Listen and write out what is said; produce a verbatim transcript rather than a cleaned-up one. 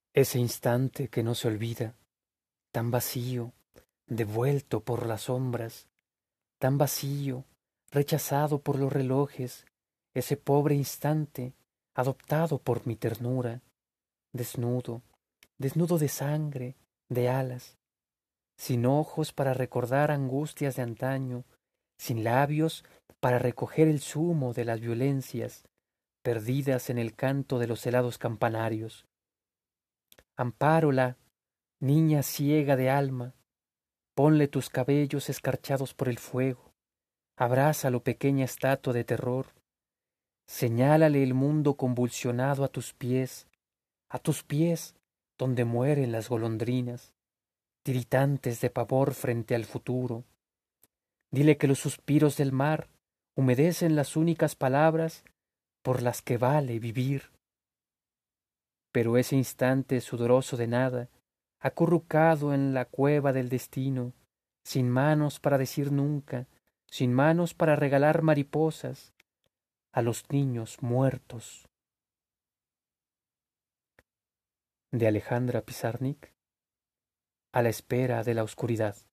Ese instante que no se olvida, tan vacío, devuelto por las sombras, tan vacío, rechazado por los relojes, ese pobre instante, adoptado por mi ternura, desnudo, desnudo de sangre, de alas, sin ojos para recordar angustias de antaño, sin labios para recoger el zumo de las violencias, perdidas en el canto de los helados campanarios. Ampárola, niña ciega de alma, ponle tus cabellos escarchados por el fuego, abrázalo, pequeña estatua de terror, señálale el mundo convulsionado a tus pies, a tus pies donde mueren las golondrinas, tiritantes de pavor frente al futuro. Dile que los suspiros del mar humedecen las únicas palabras por las que vale vivir. Pero ese instante sudoroso de nada, acurrucado en la cueva del destino, sin manos para decir nunca, sin manos para regalar mariposas a los niños muertos. De Alejandra Pizarnik, a la espera de la oscuridad.